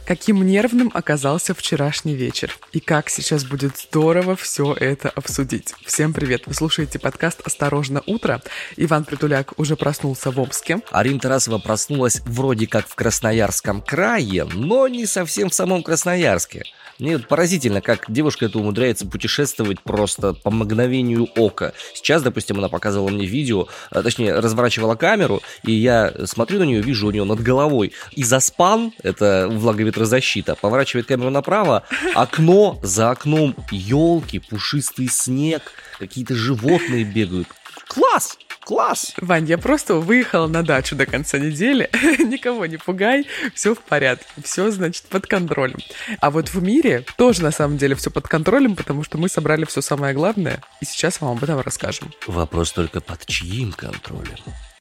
Каким нервным оказался вчерашний вечер. И как сейчас будет здорово все это обсудить. Всем привет! Вы слушаете подкаст «Осторожно, утро». Иван Притуляк уже проснулся в Омске. Арина Тарасова проснулась вроде как в Красноярском крае, но не совсем в самом Красноярске. Мне поразительно, как девушка эта умудряется путешествовать просто по мгновению ока. Сейчас, допустим, она показывала мне видео, точнее, разворачивала камеру, и я смотрю на нее, вижу у нее над головой изоспан, это влаговетрозащита, поворачивает камеру направо, окно, за окном елки, пушистый снег, какие-то животные бегают. Класс! Класс! Вань, я просто выехала на дачу до конца недели. Никого не пугай, все в порядке. Все, значит, под контролем. А вот в мире тоже, на самом деле, все под контролем, потому что мы собрали все самое главное, и сейчас вам об этом расскажем. Вопрос только под чьим контролем?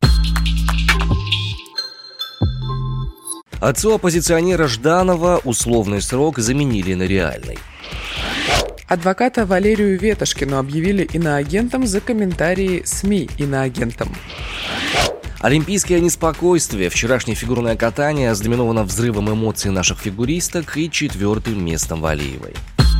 Отцу оппозиционера Жданова условный срок заменили на реальный. Адвоката Валерию Ветошкину объявили иноагентом за комментарии СМИ иноагентом. Олимпийское неспокойствие. Вчерашнее фигурное катание ознаменовано взрывом эмоций наших фигуристок и 4-м местом Валиевой.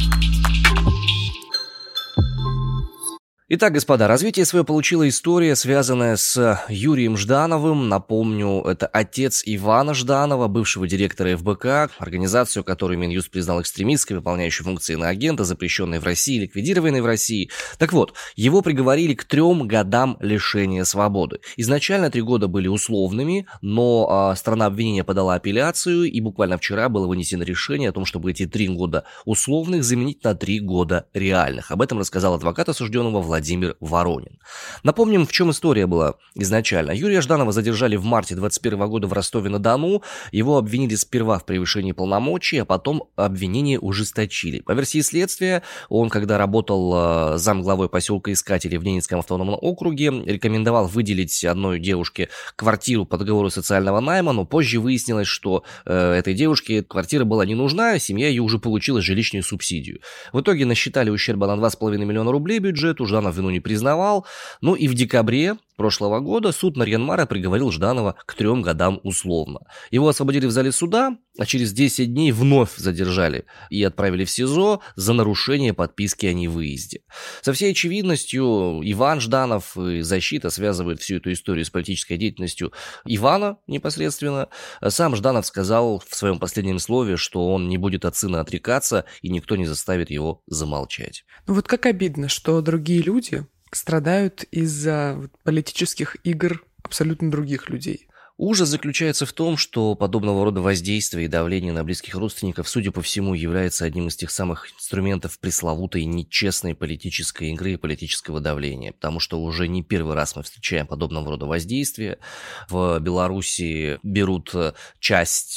Итак, господа, развитие свое получила история, связанная с Юрием Ждановым. Напомню, это отец Ивана Жданова, бывшего директора ФБК, организацию, которую Минюст признал экстремистской, выполняющей функции иноагента, запрещенной в России, ликвидированной в России. Так вот, его приговорили к 3 годам лишения свободы. Изначально 3 года были условными, но сторона обвинения подала апелляцию, и буквально вчера было вынесено решение о том, чтобы эти 3 года условных заменить на 3 года реальных. Об этом рассказал адвокат осужденного Владимир Воронин. Напомним, в чем история была изначально. Юрия Жданова задержали в марте 2021 года в Ростове-на-Дону. Его обвинили сперва в превышении полномочий, а потом обвинение ужесточили. По версии следствия, он, когда работал замглавой поселка Искатели в Ненецком автономном округе, рекомендовал выделить одной девушке квартиру по договору социального найма, но позже выяснилось, что этой девушке квартира была не нужна, семья ее уже получила жилищную субсидию. В итоге насчитали ущерба на 2,5 миллиона рублей бюджету, Жданов вину не признавал. Ну и в декабре прошлого года суд Нарьян-Мара приговорил Жданова к 3 годам условно. Его освободили в зале суда, а через 10 дней вновь задержали и отправили в СИЗО за нарушение подписки о невыезде. Со всей очевидностью Иван Жданов и защита связывают всю эту историю с политической деятельностью Ивана непосредственно. Сам Жданов сказал в своем последнем слове, что он не будет от сына отрекаться и никто не заставит его замолчать. Ну вот как обидно, что другие люди страдают из-за политических игр абсолютно других людей. Ужас заключается в том, что подобного рода воздействие и давление на близких родственников, судя по всему, является одним из тех самых инструментов пресловутой нечестной политической игры и политического давления. Потому что уже не первый раз мы встречаем подобного рода воздействие. В Беларуси берут часть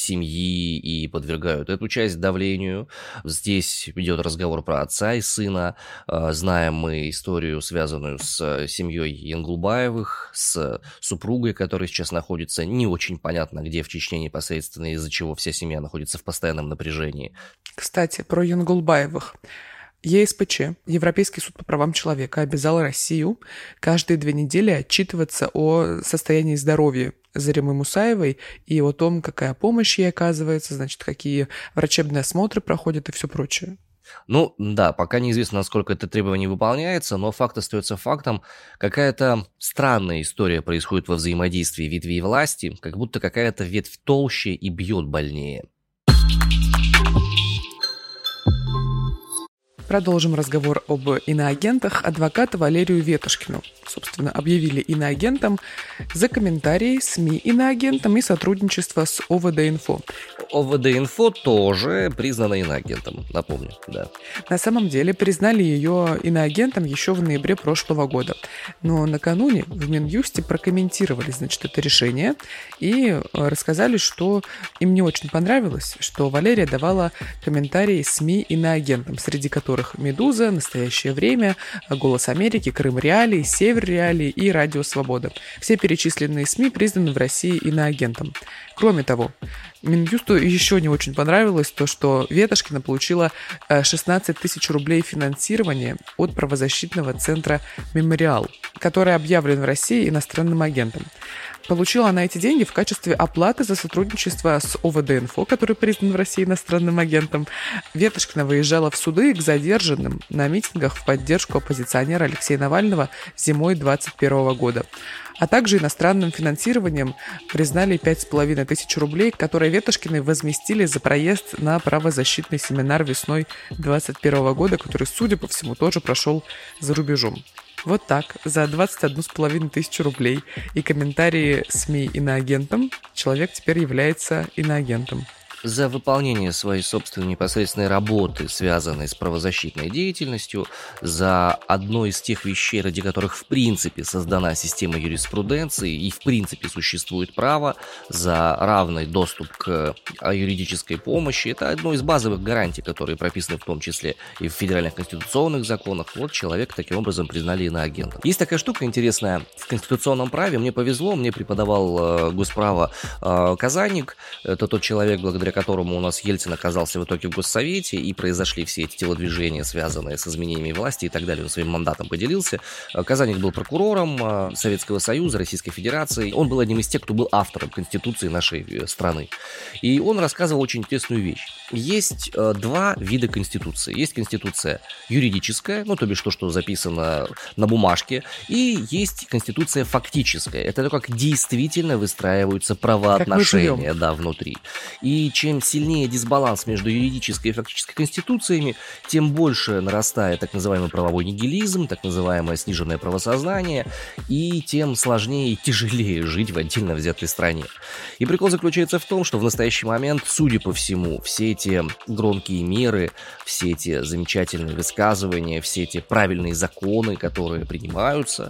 семьи и подвергают эту часть давлению. Здесь идет разговор про отца и сына. Знаем мы историю, связанную с семьей Янгулбаевых, с супругой, которая сейчас находится не очень понятно где в Чечне непосредственно, из-за чего вся семья находится в постоянном напряжении. Кстати, про Янгулбаевых. ЕСПЧ, Европейский суд по правам человека, обязал Россию каждые 2 недели отчитываться о состоянии здоровья Заремы Мусаевой и о том, какая помощь ей оказывается, значит, какие врачебные осмотры проходят и все прочее. Ну, да, пока неизвестно, насколько это требование выполняется, но факт остается фактом. Какая-то странная история происходит во взаимодействии ветвей власти, как будто какая-то ветвь толще и бьет больнее. Продолжим разговор об иноагентах. Адвоката Валерию Ветошкину, собственно, объявили иноагентом за комментарии СМИ иноагентом и сотрудничество с ОВД-Инфо. ОВД-Инфо тоже признана иноагентом, напомню, да. На самом деле признали ее иноагентом еще в ноябре прошлого года. Но накануне в Минюсте прокомментировали, значит, это решение и рассказали, что им не очень понравилось, что Валерия давала комментарии СМИ иноагентам, среди которых «Медуза», «Настоящее время», «Голос Америки», «Крым Реалии», «Север Реалии» и «Радио Свобода». Все перечисленные СМИ признаны в России иноагентом. Кроме того, Минюсту еще не очень понравилось то, что Ветошкина получила 16 тысяч рублей финансирования от правозащитного центра «Мемориал», который объявлен в России иностранным агентом. Получила она эти деньги в качестве оплаты за сотрудничество с ОВД-Инфо, который признан в России иностранным агентом. Ветошкина выезжала в суды к задержанным на митингах в поддержку оппозиционера Алексея Навального зимой 2021 года. А также иностранным финансированием признали 5,5 тысяч рублей, которые Ветошкиной возместили за проезд на правозащитный семинар весной 2021 года, который, судя по всему, тоже прошел за рубежом. Вот так, за 21,5 тысячи рублей и комментарии СМИ иноагентам человек теперь является иноагентом. За выполнение своей собственной непосредственной работы, связанной с правозащитной деятельностью, за одной из тех вещей, ради которых в принципе создана система юриспруденции и в принципе существует право, за равный доступ к юридической помощи. Это одно из базовых гарантий, которые прописаны в том числе и в федеральных конституционных законах. Вот человека таким образом признали иноагентом. Есть такая штука интересная в конституционном праве. Мне повезло, мне преподавал госправо Казаник. Это тот человек, благодаря которому у нас Ельцин оказался в итоге в Госсовете, и произошли все эти телодвижения, связанные с изменениями власти и так далее. Он своим мандатом поделился. Казаник был прокурором Советского Союза, Российской Федерации. Он был одним из тех, кто был автором Конституции нашей страны. И он рассказывал очень интересную вещь. Есть два вида Конституции. Есть Конституция юридическая, то бишь то, что записано на бумажке, и есть Конституция фактическая. Это то, как действительно выстраиваются правоотношения внутри. И чем сильнее дисбаланс между юридической и фактической конституциями, тем больше нарастает так называемый правовой нигилизм, так называемое сниженное правосознание, и тем сложнее и тяжелее жить в отдельно взятой стране. И прикол заключается в том, что в настоящий момент, судя по всему, все эти громкие меры, все эти замечательные высказывания, все эти правильные законы, которые принимаются,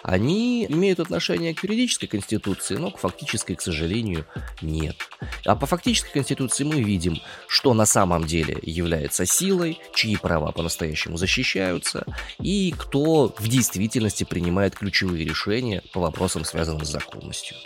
они имеют отношение к юридической конституции, но к фактической, к сожалению, нет. А по фактической конституции мы видим, что на самом деле является силой, чьи права по-настоящему защищаются, и кто в действительности принимает ключевые решения по вопросам, связанным с законностью.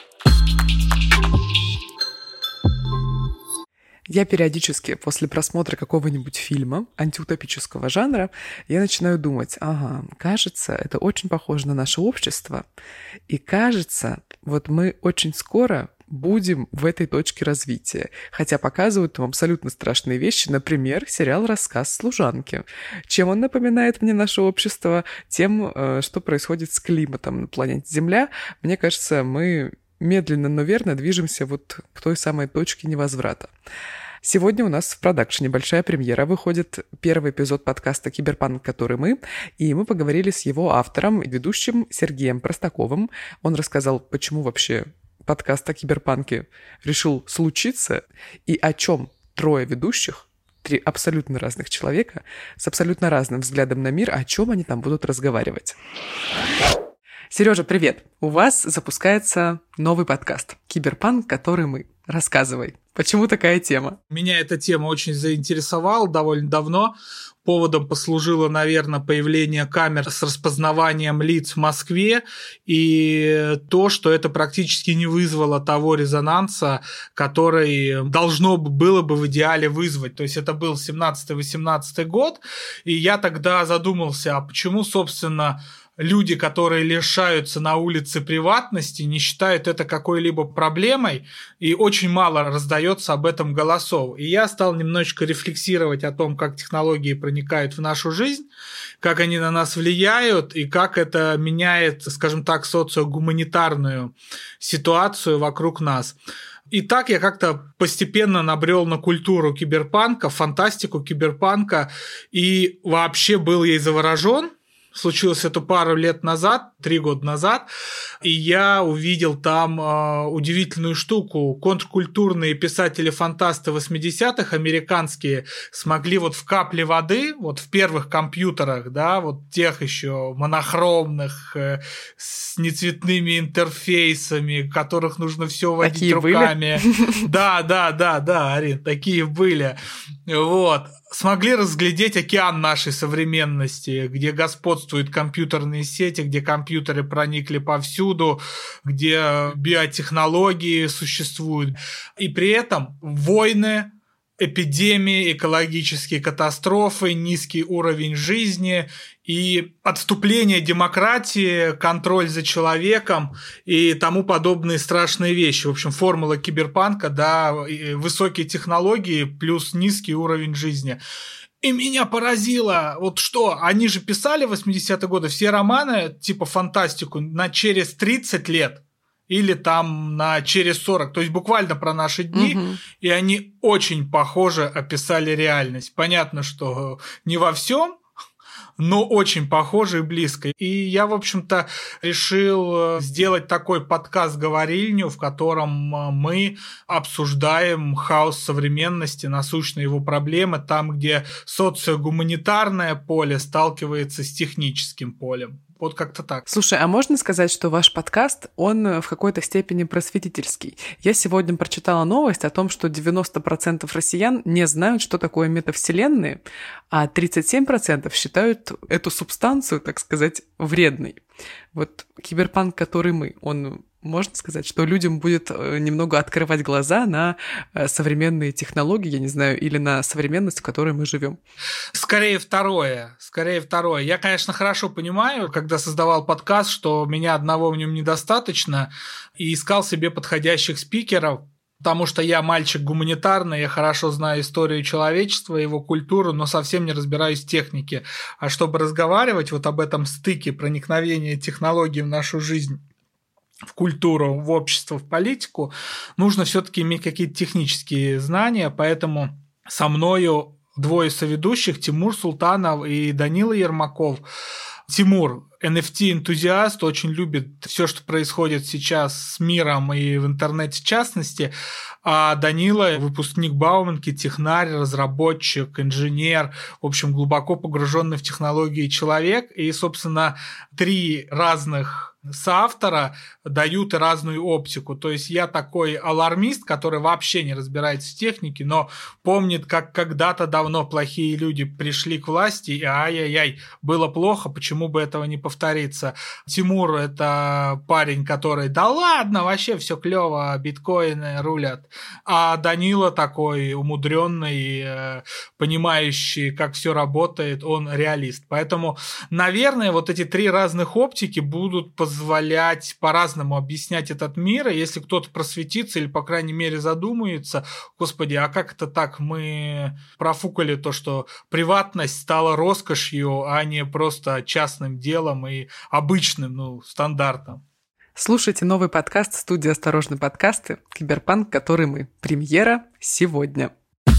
Я периодически после просмотра какого-нибудь фильма антиутопического жанра, я начинаю думать, кажется, это очень похоже на наше общество, и кажется, вот мы очень скоро будем в этой точке развития. Хотя показывают там абсолютно страшные вещи. Например, сериал «Рассказ служанки». Чем он напоминает мне наше общество? Тем, что происходит с климатом на планете Земля. Мне кажется, мы медленно, но верно движемся вот к той самой точке невозврата. Сегодня у нас в продакшене большая премьера. Выходит первый эпизод подкаста «Киберпанк, который мы», и мы поговорили с его автором и ведущим Сергеем Простаковым. Он рассказал, почему вообще подкаст о киберпанке решил случиться и о чем трое ведущих, три абсолютно разных человека с абсолютно разным взглядом на мир, о чем они там будут разговаривать. Сережа, привет! У вас запускается новый подкаст «Киберпанк, который мы». Рассказывай, почему такая тема? Меня эта тема очень заинтересовала довольно давно. Поводом послужило, наверное, появление камер с распознаванием лиц в Москве и то, что это практически не вызвало того резонанса, который должно было бы в идеале вызвать. То есть это был 17-18 год, и я тогда задумался, а почему, собственно, люди, которые лишаются на улице приватности, не считают это какой-либо проблемой, и очень мало раздается об этом голосов. И я стал немножечко рефлексировать о том, как технологии проникают в нашу жизнь, как они на нас влияют, и как это меняет, скажем так, социогуманитарную ситуацию вокруг нас. И так я как-то постепенно набрел на культуру киберпанка, фантастику киберпанка, и вообще был ей заворожен. Случилось это пару лет назад, 3 года назад, и я увидел там удивительную штуку. Контркультурные писатели-фантасты 80-х, американские, смогли вот в капле воды, вот в первых компьютерах, да, вот тех еще монохромных, с нецветными интерфейсами, в которых нужно все водить такие руками. Были? Да, Арин, такие были. Вот. Смогли разглядеть океан нашей современности, где господствуют компьютерные сети, где компьютерные компьютеры проникли повсюду, где биотехнологии существуют. И при этом войны, эпидемии, экологические катастрофы, низкий уровень жизни и отступление демократии, контроль за человеком и тому подобные страшные вещи. В общем, формула киберпанка, да, высокие технологии плюс низкий уровень жизни. И меня поразило, вот что, они же писали в 80-е годы все романы, типа фантастику, на через 30 лет. Или там на через 40, то есть буквально про наши дни, и они очень похоже описали реальность. Понятно, что не во всем, но очень похоже и близко. И я, в общем-то, решил сделать такой подкаст-говорильню, в котором мы обсуждаем хаос современности, насущные его проблемы, там, где социогуманитарное поле сталкивается с техническим полем. Вот как-то так. Слушай, а можно сказать, что ваш подкаст, он в какой-то степени просветительский? Я сегодня прочитала новость о том, что 90% россиян не знают, что такое метавселенные, а 37% считают эту субстанцию, так сказать, вредной. Вот киберпанк, который мы, он... Можно сказать, что людям будет немного открывать глаза на современные технологии, я не знаю, или на современность, в которой мы живем? Скорее второе. Я, конечно, хорошо понимаю, когда создавал подкаст, что меня одного в нем недостаточно, и искал себе подходящих спикеров, потому что я мальчик гуманитарный, я хорошо знаю историю человечества, его культуру, но совсем не разбираюсь в технике. А чтобы разговаривать вот об этом стыке проникновения технологий в нашу жизнь, в культуру, в общество, в политику, нужно все-таки иметь какие-то технические знания, поэтому со мною двое соведущих, Тимур Султанов и Данила Ермаков. Тимур NFT-энтузиаст, очень любит все, что происходит сейчас с миром и в интернете в частности, а Данила выпускник Бауманки, технарь, разработчик, инженер, в общем, глубоко погруженный в технологии человек, и, собственно, три разных соавтора дают и разную оптику. То есть я такой алармист, который вообще не разбирается в технике, но помнит, как когда-то давно плохие люди пришли к власти, и ай-яй-яй, было плохо, почему бы этого не повториться. Тимур – это парень, который, да ладно, вообще все клево, биткоины рулят. А Данила такой умудренный, понимающий, как все работает, он реалист. Поэтому, наверное, вот эти три разных оптики будут позволять по-разному объяснять этот мир, и если кто-то просветится или, по крайней мере, задумается, господи, а как это так, мы профукали то, что приватность стала роскошью, а не просто частным делом и обычным, стандартом. Слушайте новый подкаст студии «Осторожно, подкасты» «Киберпанк, который мы». Премьера сегодня.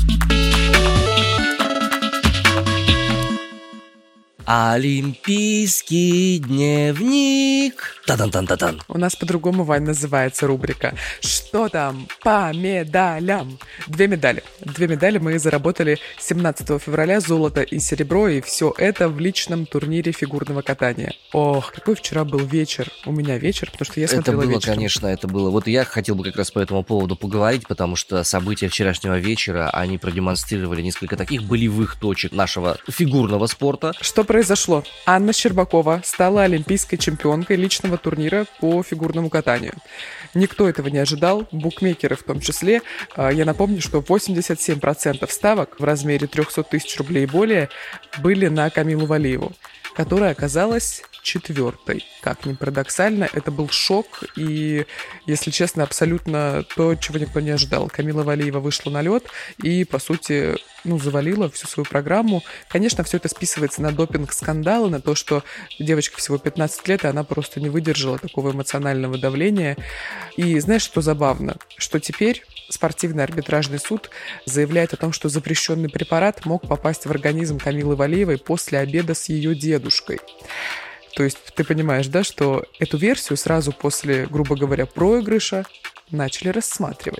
Олимпийский дневник. Та-дан-тан-та-тан. У нас по-другому, Вань, называется рубрика. Что там по медалям? 2 медали. 2 медали мы заработали 17 февраля, золото и серебро, и все это в личном турнире фигурного катания. Ох, какой вчера был вечер. У меня вечер, потому что я смотрела вечером. Это было, конечно, это было. Вот я хотел бы как раз по этому поводу поговорить, потому что события вчерашнего вечера, они продемонстрировали несколько таких болевых точек нашего фигурного спорта. Что произошло? Анна Щербакова стала олимпийской чемпионкой личного турнира по фигурному катанию. Никто этого не ожидал, букмекеры в том числе. Я напомню, что 87% ставок в размере 300 тысяч рублей и более были на Камилу Валиеву, которая оказалась 4-й. Как ни парадоксально, это был шок и, если честно, абсолютно то, чего никто не ожидал. Камила Валиева вышла на лед и, по сути, завалила всю свою программу. Конечно, все это списывается на допинг-скандалы, на то, что девочке всего 15 лет, и она просто не выдержала такого эмоционального давления. И знаешь, что забавно? Что теперь спортивный арбитражный суд заявляет о том, что запрещенный препарат мог попасть в организм Камилы Валиевой после обеда с ее дедушкой. То есть ты понимаешь, да, что эту версию сразу после, грубо говоря, проигрыша начали рассматривать.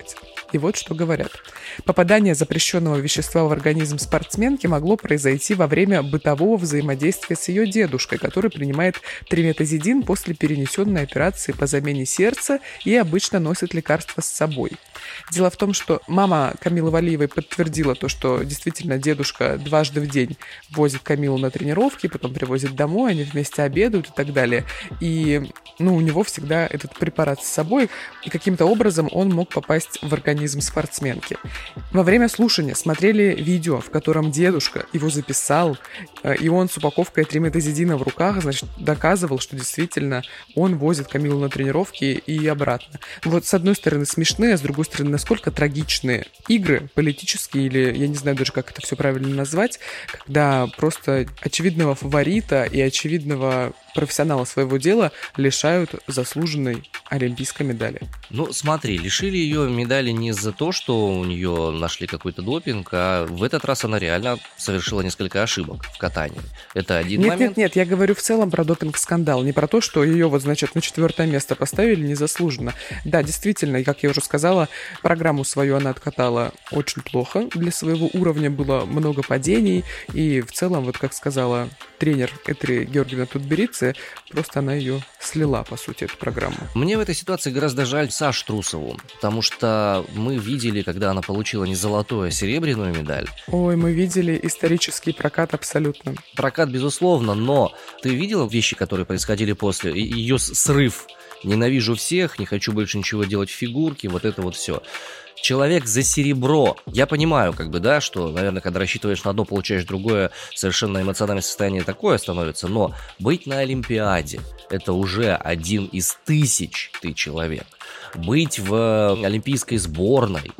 И вот что говорят. Попадание запрещенного вещества в организм спортсменки могло произойти во время бытового взаимодействия с ее дедушкой, который принимает триметазидин после перенесенной операции по замене сердца и обычно носит лекарства с собой. Дело в том, что мама Камилы Валиевой подтвердила то, что действительно дедушка дважды в день возит Камилу на тренировки, потом привозит домой, они вместе обедают и так далее. И у него всегда этот препарат с собой, и каким-то образом он мог попасть в организм спортсменки. Во время слушания смотрели видео, в котором дедушка его записал, и он с упаковкой триметазидина в руках, значит, доказывал, что действительно он возит Камилу на тренировки и обратно. Вот с одной стороны смешные, а с другой стороны насколько трагичные игры политические, или я не знаю даже, как это все правильно назвать, когда просто очевидного фаворита и очевидного профессионала своего дела лишают заслуженной олимпийской медали. Смотри, лишили ее медали не из-за того, что у нее нашли какой-то допинг, а в этот раз она реально совершила несколько ошибок в катании. Это один момент. Нет, я говорю в целом про допинг-скандал, не про то, что ее на 4-е место поставили незаслуженно. Да, действительно, и как я уже сказала, программу свою она откатала очень плохо. Для своего уровня было много падений, и в целом, вот как сказала тренер Этери Георгиевна Тутберидзе, просто она ее слила, по сути, эту программу. Мне в этой ситуации гораздо жаль Сашу Трусову, потому что мы видели, когда она получила не золотую, а серебряную медаль. Ой, мы видели исторический прокат абсолютно. Прокат, безусловно, но ты видела вещи, которые происходили после? Ее срыв. Ненавижу всех, не хочу больше ничего делать в фигурке, вот это вот все. Человек за серебро. Я понимаю, что, наверное, когда рассчитываешь на одно, получаешь другое, совершенно эмоциональное состояние такое становится, но быть на Олимпиаде – это уже 1 из 1000 ты человек. Быть в олимпийской сборной,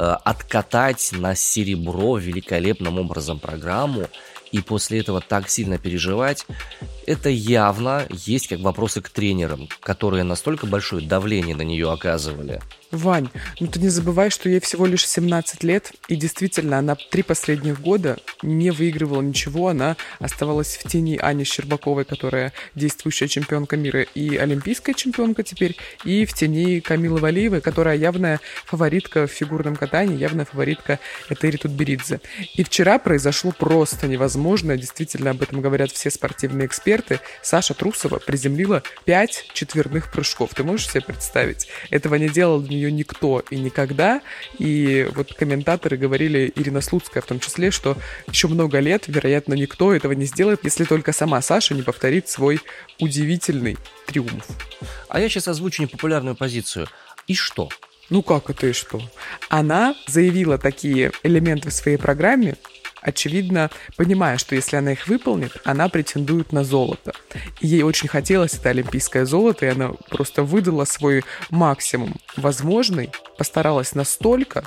откатать на серебро великолепным образом программу и после этого так сильно переживать, это явно есть как вопросы к тренерам, которые настолько большое давление на нее оказывали. Вань, ты не забывай, что ей всего лишь 17 лет, и действительно, она 3 последних года не выигрывала ничего, она оставалась в тени Ани Щербаковой, которая действующая чемпионка мира и олимпийская чемпионка теперь, и в тени Камилы Валиевой, которая явная фаворитка в фигурном катании, явная фаворитка Этери Тутберидзе. И вчера произошло просто невозможное, действительно, об этом говорят все спортивные эксперты. Саша Трусова приземлила 5 четверных прыжков. Ты можешь себе представить? Этого не делал для нее никто и никогда. И вот комментаторы говорили, Ирина Слуцкая в том числе, что еще много лет, вероятно, никто этого не сделает, если только сама Саша не повторит свой удивительный триумф. А я сейчас озвучу непопулярную позицию. И что? Как это и что? Она заявила такие элементы в своей программе, очевидно, понимая, что если она их выполнит, она претендует на золото. И ей очень хотелось это олимпийское золото, и она просто выдала свой максимум возможный, постаралась настолько,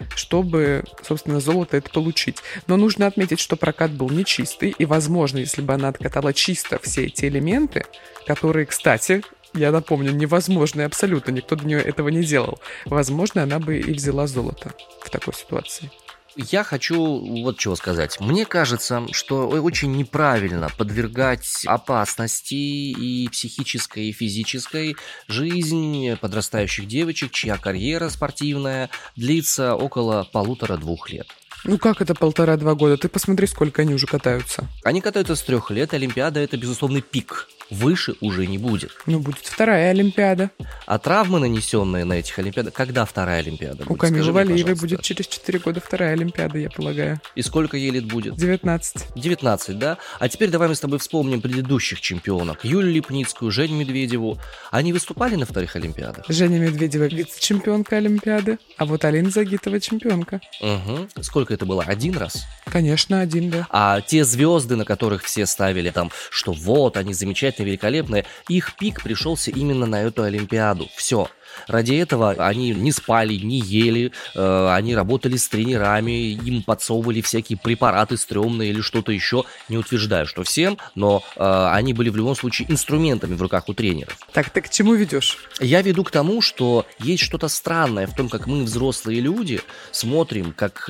чтобы, собственно, золото это получить. Но нужно отметить, что прокат был нечистый, и, возможно, если бы она откатала чисто все эти элементы, которые, кстати, я напомню, невозможно абсолютно, никто до нее этого не делал, возможно, она бы и взяла золото в такой ситуации. Я хочу вот чего сказать. Мне кажется, что очень неправильно подвергать опасности и психической, и физической жизнь подрастающих девочек, чья карьера спортивная длится около 1,5-2 лет. Как это 1,5-2 года? Ты посмотри, сколько они уже катаются. Они катаются с 3 лет. Олимпиада – это, безусловный пик. Выше уже не будет. Будет 2-я Олимпиада. А травмы, нанесенные на этих Олимпиадах, когда 2-я Олимпиада будет? У Камилы Валиевой будет через 4 года 2-я Олимпиада, я полагаю. И сколько ей лет будет? 19. 19, да? А теперь давай мы с тобой вспомним предыдущих чемпионок. Юлию Липницкую, Женю Медведеву. Они выступали на 2-х Олимпиадах? Женя Медведева вице-чемпионка Олимпиады, а вот Алина Загитова чемпионка. Угу. Сколько это было? 1 раз? Конечно, 1, да. А те звезды, на которых все ставили что вот, они замечательные, великолепные, их пик пришелся именно на эту Олимпиаду. Все. Ради этого они не спали, не ели, они работали с тренерами, им подсовывали всякие препараты стрёмные или что-то еще. Не утверждаю, что всем, но они были в любом случае инструментами в руках у тренеров. Так, ты к чему ведешь? Я веду к тому, что есть что-то странное в том, как мы, взрослые люди, смотрим, как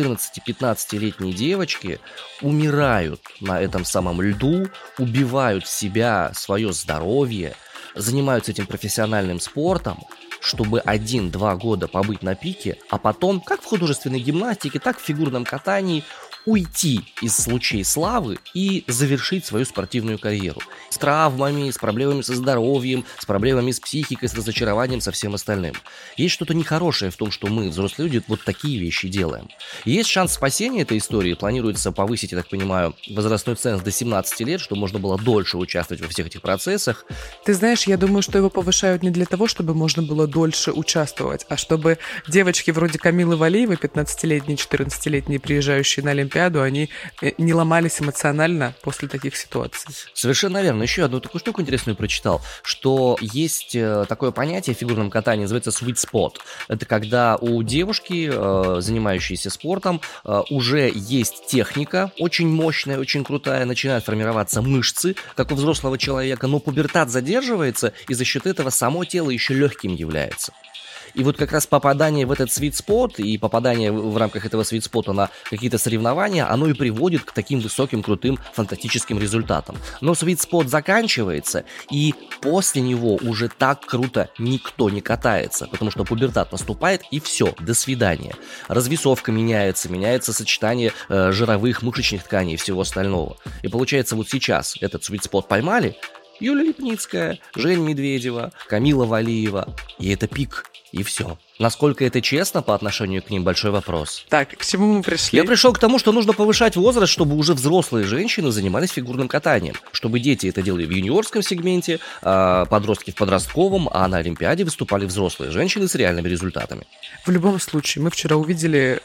14-15-летние девочки умирают на этом самом льду, убивают себя, свое здоровье, занимаются этим профессиональным спортом, чтобы 1-2 года побыть на пике, а потом, как в художественной гимнастике, так в фигурном катании, уйти из лучей славы и завершить свою спортивную карьеру. С травмами, с проблемами со здоровьем, с проблемами с психикой, с разочарованием, со всем остальным. Есть что-то нехорошее в том, что мы, взрослые люди, вот такие вещи делаем. Есть шанс спасения этой истории. Планируется повысить, я так понимаю, возрастной ценз до 17 лет, чтобы можно было дольше участвовать во всех этих процессах. Ты знаешь, я думаю, что его повышают не для того, чтобы можно было дольше участвовать, а чтобы девочки вроде Камилы Валиевой, 15-летние, 14-летние, приезжающие на Олимпиаду, они не ломались эмоционально после таких ситуаций. Совершенно верно. Еще одну такую штуку интересную прочитал, что есть такое понятие в фигурном катании, называется sweet spot. Это когда у девушки, занимающейся спортом, уже есть техника очень мощная, очень крутая, начинают формироваться мышцы, как у взрослого человека, но пубертат задерживается, и за счет этого само тело еще легким является. И вот как раз попадание в этот свит-спот и попадание в рамках этого свит-спота на какие-то соревнования, оно и приводит к таким высоким, крутым, фантастическим результатам. Но свит-спот заканчивается, и после него уже так круто никто не катается, потому что пубертат наступает, и все, до свидания. Развесовка меняется сочетание жировых, мышечных тканей и всего остального. И получается, вот сейчас этот свит-спот поймали, Юлия Липницкая, Женя Медведева, Камила Валиева, и это пик. И все. Насколько это честно по отношению к ним, большой вопрос. Так, к чему мы пришли? Я пришел к тому, что нужно повышать возраст, чтобы уже взрослые женщины занимались фигурным катанием. Чтобы дети это делали в юниорском сегменте, подростки в подростковом, а на Олимпиаде выступали взрослые женщины с реальными результатами. В любом случае, мы вчера увидели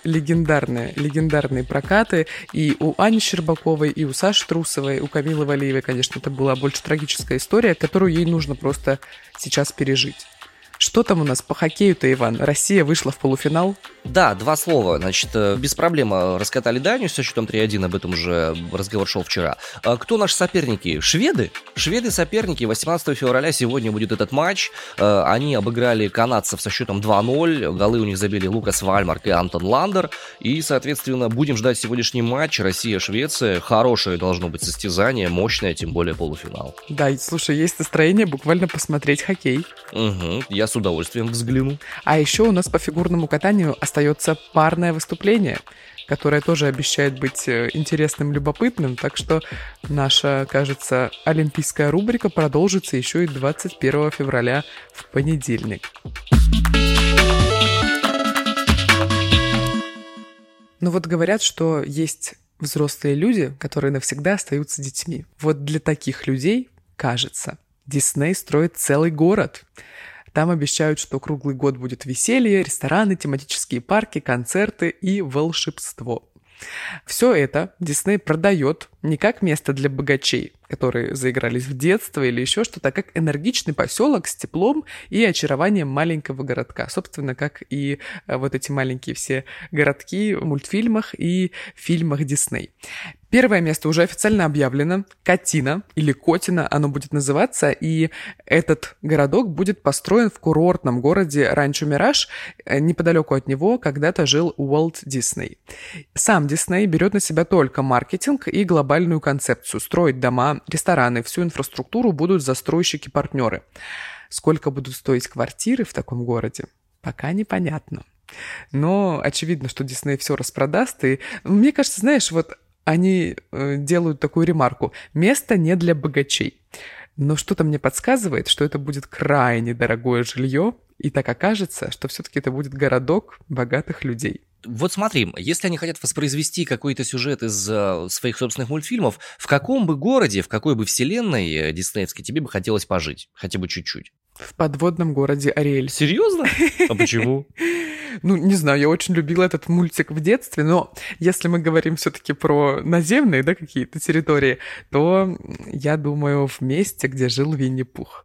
легендарные прокаты и у Ани Щербаковой, и у Саши Трусовой, и у Камилы Валиевой, конечно, это была больше трагическая история, которую ей нужно просто сейчас пережить. Что там у нас по хоккею-то, Иван? Россия вышла в полуфинал? Да, 2 слова. Значит, без проблем раскатали Данию со счетом 3-1, об этом уже разговор шел вчера. Кто наши соперники? Шведы? Шведы соперники. 18 февраля сегодня будет этот матч. Они обыграли канадцев со счетом 2-0. Голы у них забили Лукас Вальмарк и Антон Ландер. И, соответственно, будем ждать сегодняшний матч. Россия-Швеция. Хорошее должно быть состязание, мощное, тем более полуфинал. Да, слушай, есть настроение буквально посмотреть хоккей. Угу, я с удовольствием взгляну. А еще у нас по фигурному катанию остается парное выступление, которое тоже обещает быть интересным, любопытным. Так что наша, кажется, олимпийская рубрика продолжится еще и 21 февраля в понедельник. Ну вот говорят, что есть взрослые люди, которые навсегда остаются детьми. Вот для таких людей, кажется, Дисней строит целый город. Там обещают, что круглый год будет веселье, рестораны, тематические парки, концерты и волшебство. Все это Дисней продает не как место для богачей, которые заигрались в детство или еще что-то, а как энергичный поселок с теплом и очарованием маленького городка. Собственно, как и вот эти маленькие все городки в мультфильмах и фильмах Дисней. Первое место уже официально объявлено. Катина или Котина оно будет называться, и этот городок будет построен в курортном городе Ранчо Мираж. Неподалеку от него когда-то жил Уолт Дисней. Сам Дисней берет на себя только маркетинг и глобальную концепцию. Строить дома, рестораны, всю инфраструктуру будут застройщики-партнеры. Сколько будут стоить квартиры в таком городе, пока непонятно. Но очевидно, что Дисней все распродаст. И мне кажется, знаешь, вот они делают такую ремарку. Место не для богачей. Но что-то мне подсказывает, что это будет крайне дорогое жилье, и так окажется, что все-таки это будет городок богатых людей. Вот смотри, если они хотят воспроизвести какой-то сюжет из своих собственных мультфильмов, в каком бы городе, в какой бы вселенной диснеевской тебе бы хотелось пожить? Хотя бы чуть-чуть. В подводном городе Ариэль. Серьезно? А почему? Ну, не знаю, я очень любила этот мультик в детстве, но если мы говорим все-таки про наземные, да, какие-то территории, то я думаю, в месте, где жил Винни-Пух.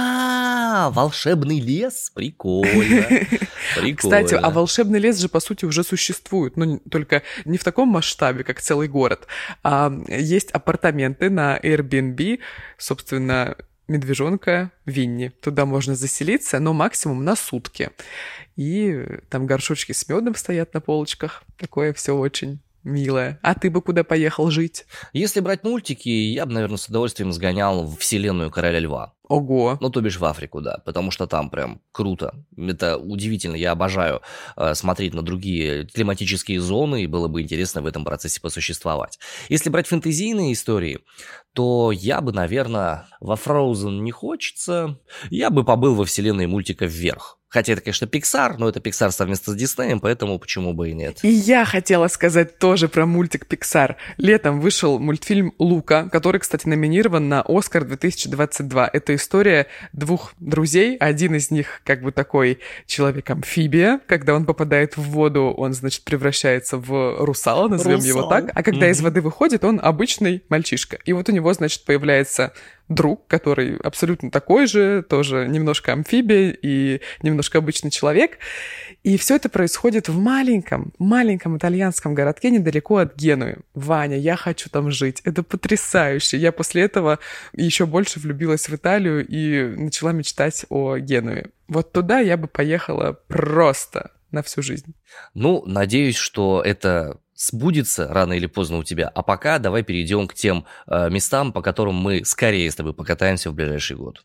Волшебный лес? Прикольно. Кстати, а волшебный лес же, по сути, уже существует, но только не в таком масштабе, как целый город. А есть апартаменты на Airbnb, собственно, медвежонка Винни. Туда можно заселиться, но максимум на сутки. И там горшочки с медом стоят на полочках. Такое все очень милая. А ты бы куда поехал жить? Если брать мультики, я бы, наверное, с удовольствием сгонял в вселенную Короля Льва. Ого. Ну, то бишь в Африку, да, потому что там прям круто. Это удивительно, я обожаю смотреть на другие климатические зоны, и было бы интересно в этом процессе посуществовать. Если брать фэнтезийные истории, то я бы, наверное, во Frozen не хочется, я бы побыл во вселенной мультика «Вверх». Хотя это, конечно, Pixar, но это Pixar совместно с Диснеем, поэтому почему бы и нет. И я хотела сказать тоже про мультик Pixar. Летом вышел мультфильм «Лука», который, кстати, номинирован на «Оскар 2022». Это история двух друзей. Один из них как бы такой человек-амфибия. Когда он попадает в воду, он, значит, превращается в русала, назовем его так. А когда из воды выходит, он обычный мальчишка. И вот у него, значит, появляется друг, который абсолютно такой же, тоже немножко амфибия и немножко обычный человек. И все это происходит в маленьком итальянском городке недалеко от Генуи. Ваня, я хочу там жить. Это потрясающе. Я после этого еще больше влюбилась в Италию и начала мечтать о Генуе. Вот туда я бы поехала просто на всю жизнь. Ну, надеюсь, что это сбудется рано или поздно у тебя. А пока давай перейдем к тем местам, по которым мы скорее с тобой покатаемся в ближайший год.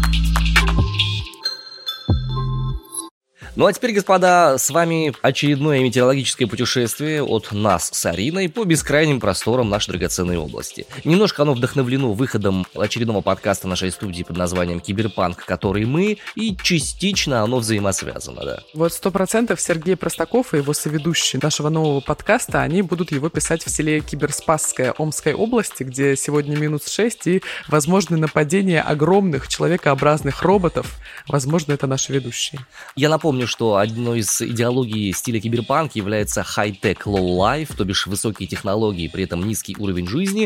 Ну а теперь, господа, с вами очередное метеорологическое путешествие от нас с Ариной по бескрайним просторам нашей драгоценной области. Немножко оно вдохновлено выходом очередного подкаста нашей студии под названием «Киберпанк, который мы», и частично оно взаимосвязано, да. Вот 100% Сергей Простаков и его соведущие нашего нового подкаста, они будут его писать в селе Киберспасское Омской области, где сегодня -6 и возможны нападения огромных человекообразных роботов. Возможно, это наши ведущие. Я напомню, что одной из идеологий стиля киберпанк является high-tech low-life, то бишь высокие технологии, при этом низкий уровень жизни,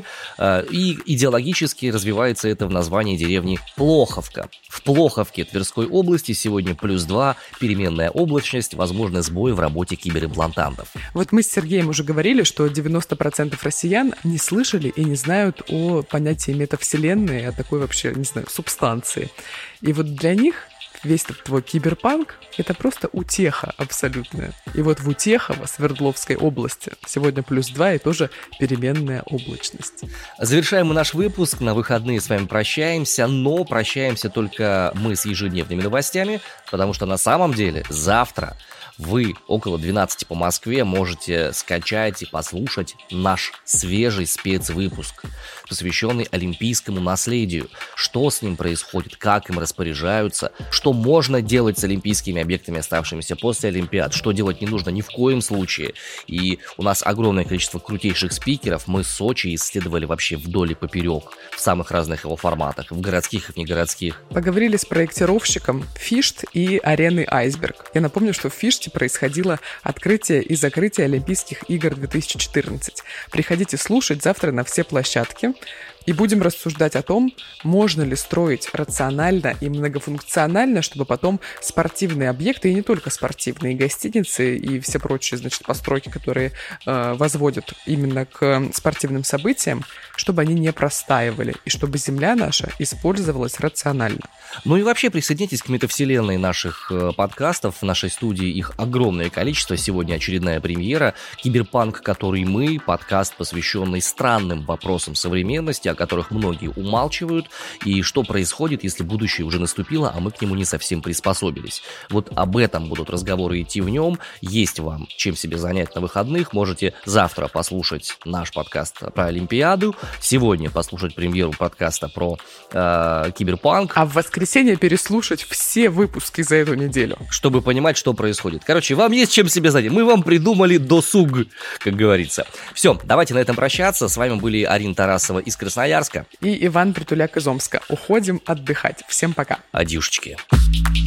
и идеологически развивается это в названии деревни Плоховка. В Плоховке Тверской области сегодня +2, переменная облачность, возможны сбои в работе киберимплантантов. Вот мы с Сергеем уже говорили, что 90% россиян не слышали и не знают о понятии метавселенной, о такой вообще, не знаю, субстанции. И вот для них весь этот твой киберпанк — это просто утеха абсолютная. И вот в Утехово, Свердловской области, сегодня +2 и тоже переменная облачность. Завершаем мы наш выпуск, на выходные с вами прощаемся, но прощаемся только мы с ежедневными новостями, потому что на самом деле завтра вы около 12 по Москве можете скачать и послушать наш свежий спецвыпуск, посвященный олимпийскому наследию. Что с ним происходит, как им распоряжаются, что можно делать с олимпийскими объектами, оставшимися после Олимпиад, что делать не нужно ни в коем случае. И у нас огромное количество крутейших спикеров. Мы Сочи исследовали вообще вдоль и поперек, в самых разных его форматах, в городских и в негородских. Поговорили с проектировщиком Фишт и арены Айсберг. Я напомню, что в Фиште происходило открытие и закрытие Олимпийских игр 2014. Приходите слушать завтра на все площадки. И будем рассуждать о том, можно ли строить рационально и многофункционально, чтобы потом спортивные объекты, и не только спортивные, гостиницы и все прочие, значит, постройки, которые возводят именно к спортивным событиям, чтобы они не простаивали, и чтобы земля наша использовалась рационально. Ну и вообще присоединяйтесь к метавселенной наших подкастов. В нашей студии их огромное количество. Сегодня очередная премьера. «Киберпанк, который мы», подкаст, посвященный странным вопросам современности, о которых многие умалчивают, и что происходит, если будущее уже наступило, а мы к нему не совсем приспособились. Вот об этом будут разговоры идти в нем. Есть вам чем себе занять на выходных. Можете завтра послушать наш подкаст про Олимпиаду, сегодня послушать премьеру подкаста про киберпанк, а в воскресенье переслушать все выпуски за эту неделю, чтобы понимать, что происходит. Короче, вам есть чем себе занять. Мы вам придумали досуг, как говорится. Все, давайте на этом прощаться. С вами были Арина Тарасова из Красноярска и Иван Притуляк из Омска. Уходим отдыхать. Всем пока. Адьюшечки.